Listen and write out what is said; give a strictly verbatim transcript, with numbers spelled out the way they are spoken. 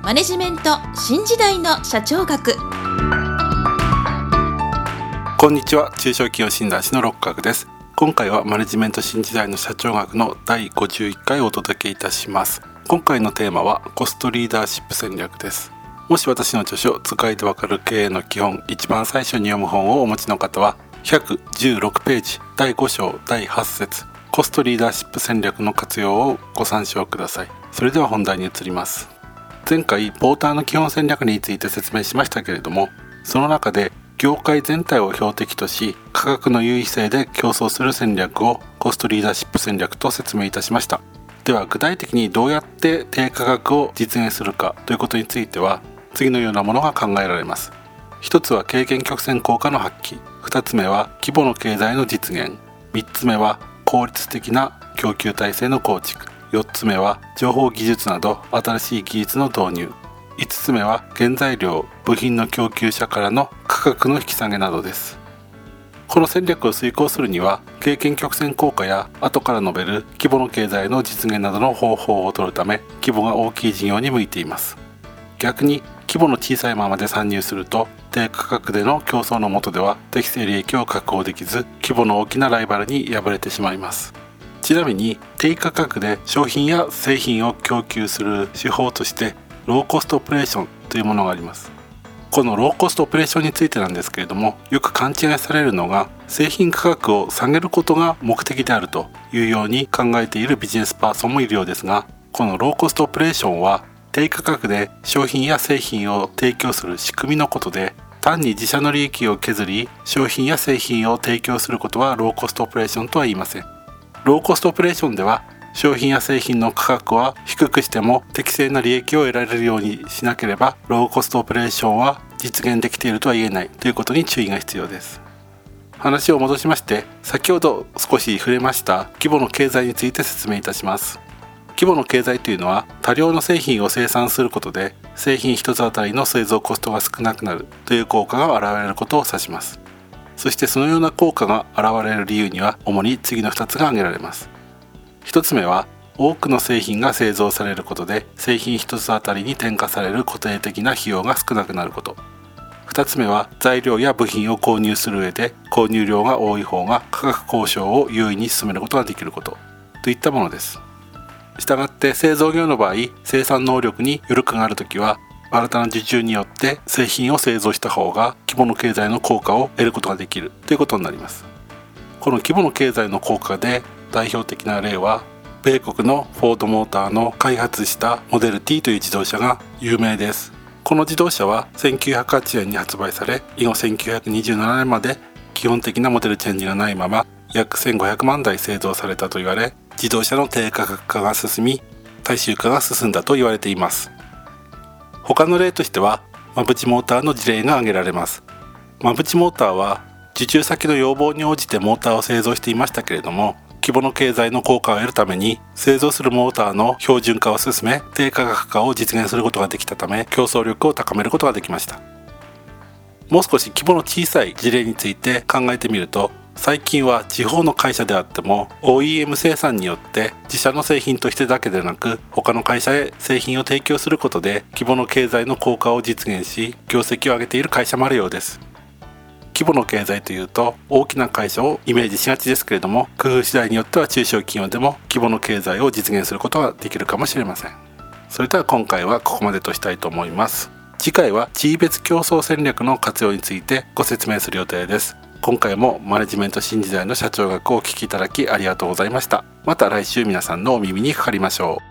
マネジメント新時代の社長学。 こんにちは、中小企業診断士の六角です。今回はマネジメント新時代の社長学のだいごじゅういっかいをお届けいたします。今回のテーマはコストリーダーシップ戦略です。もし私の著書使いでわかる経営の基本、一番最初に読む本をお持ちの方はひゃくじゅうろくページだいご章だいはち節コストリーダーシップ戦略の活用をご参照ください。それでは本題に移ります。前回ポーターの基本戦略について説明しましたけれども、その中で業界全体を標的とし価格の優位性で競争する戦略をコストリーダーシップ戦略と説明いたしました。では具体的にどうやって低価格を実現するかということについては次のようなものが考えられます。一つは経験曲線効果の発揮、二つ目は規模の経済の実現、三つ目は効率的な供給体制の構築、四つ目は情報技術など新しい技術の導入、五つ目は原材料部品の供給者からの価格の引き下げなどです。この戦略を遂行するには経験曲線効果や後から述べる規模の経済の実現などの方法を取るため規模が大きい事業に向いています。逆に規模の小さいままで参入すると低価格での競争の下では適正利益を確保できず規模の大きなライバルに敗れてしまいます。ちなみに低価格で商品や製品を供給する手法としてローコストオペレーションというものがあります。このローコストオペレーションについてなんですけれども、よく勘違いされるのが製品価格を下げることが目的であるというように考えているビジネスパーソンもいるようですが、このローコストオペレーションは低価格で商品や製品を提供する仕組みのことで、単に自社の利益を削り商品や製品を提供することはローコストオペレーションとは言いません。ローコストオペレーションでは商品や製品の価格は低くしても適正な利益を得られるようにしなければローコストオペレーションは実現できているとは言えないということに注意が必要です。話を戻しまして、先ほど少し触れました規模の経済について説明いたします。規模の経済というのは多量の製品を生産することで製品一つあたりの製造コストが少なくなるという効果が現れることを指します。そしてそのような効果が現れる理由には主に次のふたつが挙げられます。ひとつめは多くの製品が製造されることで製品一つあたりに転嫁される固定的な費用が少なくなること。ふたつめは材料や部品を購入する上で購入量が多い方が価格交渉を優位に進めることができることといったものです。したがって製造業の場合、生産能力に余力があるときは新たな受注によって製品を製造した方が規模の経済の効果を得ることができるということになります。この規模の経済の効果で代表的な例は米国のフォードモーターの開発したモデル T という自動車が有名です。この自動車はせんきゅうひゃくはちねんに発売され、以後せんきゅうひゃくにじゅうななねんまで基本的なモデルチェンジがないまま約せんごひゃくまんだい製造されたと言われ、自動車の低価格化が進み大衆化が進んだと言われています。他の例としてはマブチモーターの事例が挙げられます。マブチモーターは受注先の要望に応じてモーターを製造していましたけれども、規模の経済の効果を得るために製造するモーターの標準化を進め低価格化を実現することができたため競争力を高めることができました。もう少し規模の小さい事例について考えてみると、最近は地方の会社であっても オーイーエム 生産によって自社の製品としてだけでなく他の会社へ製品を提供することで規模の経済の効果を実現し業績を上げている会社もあるようです。規模の経済というと大きな会社をイメージしがちですけれども、工夫次第によっては中小企業でも規模の経済を実現することができるかもしれません。それでは今回はここまでとしたいと思います。次回は地位別競争戦略の活用についてご説明する予定です。今回もマネジメント新時代の社長学をお聞きいただきありがとうございました。また来週皆さんのお耳にかかりましょう。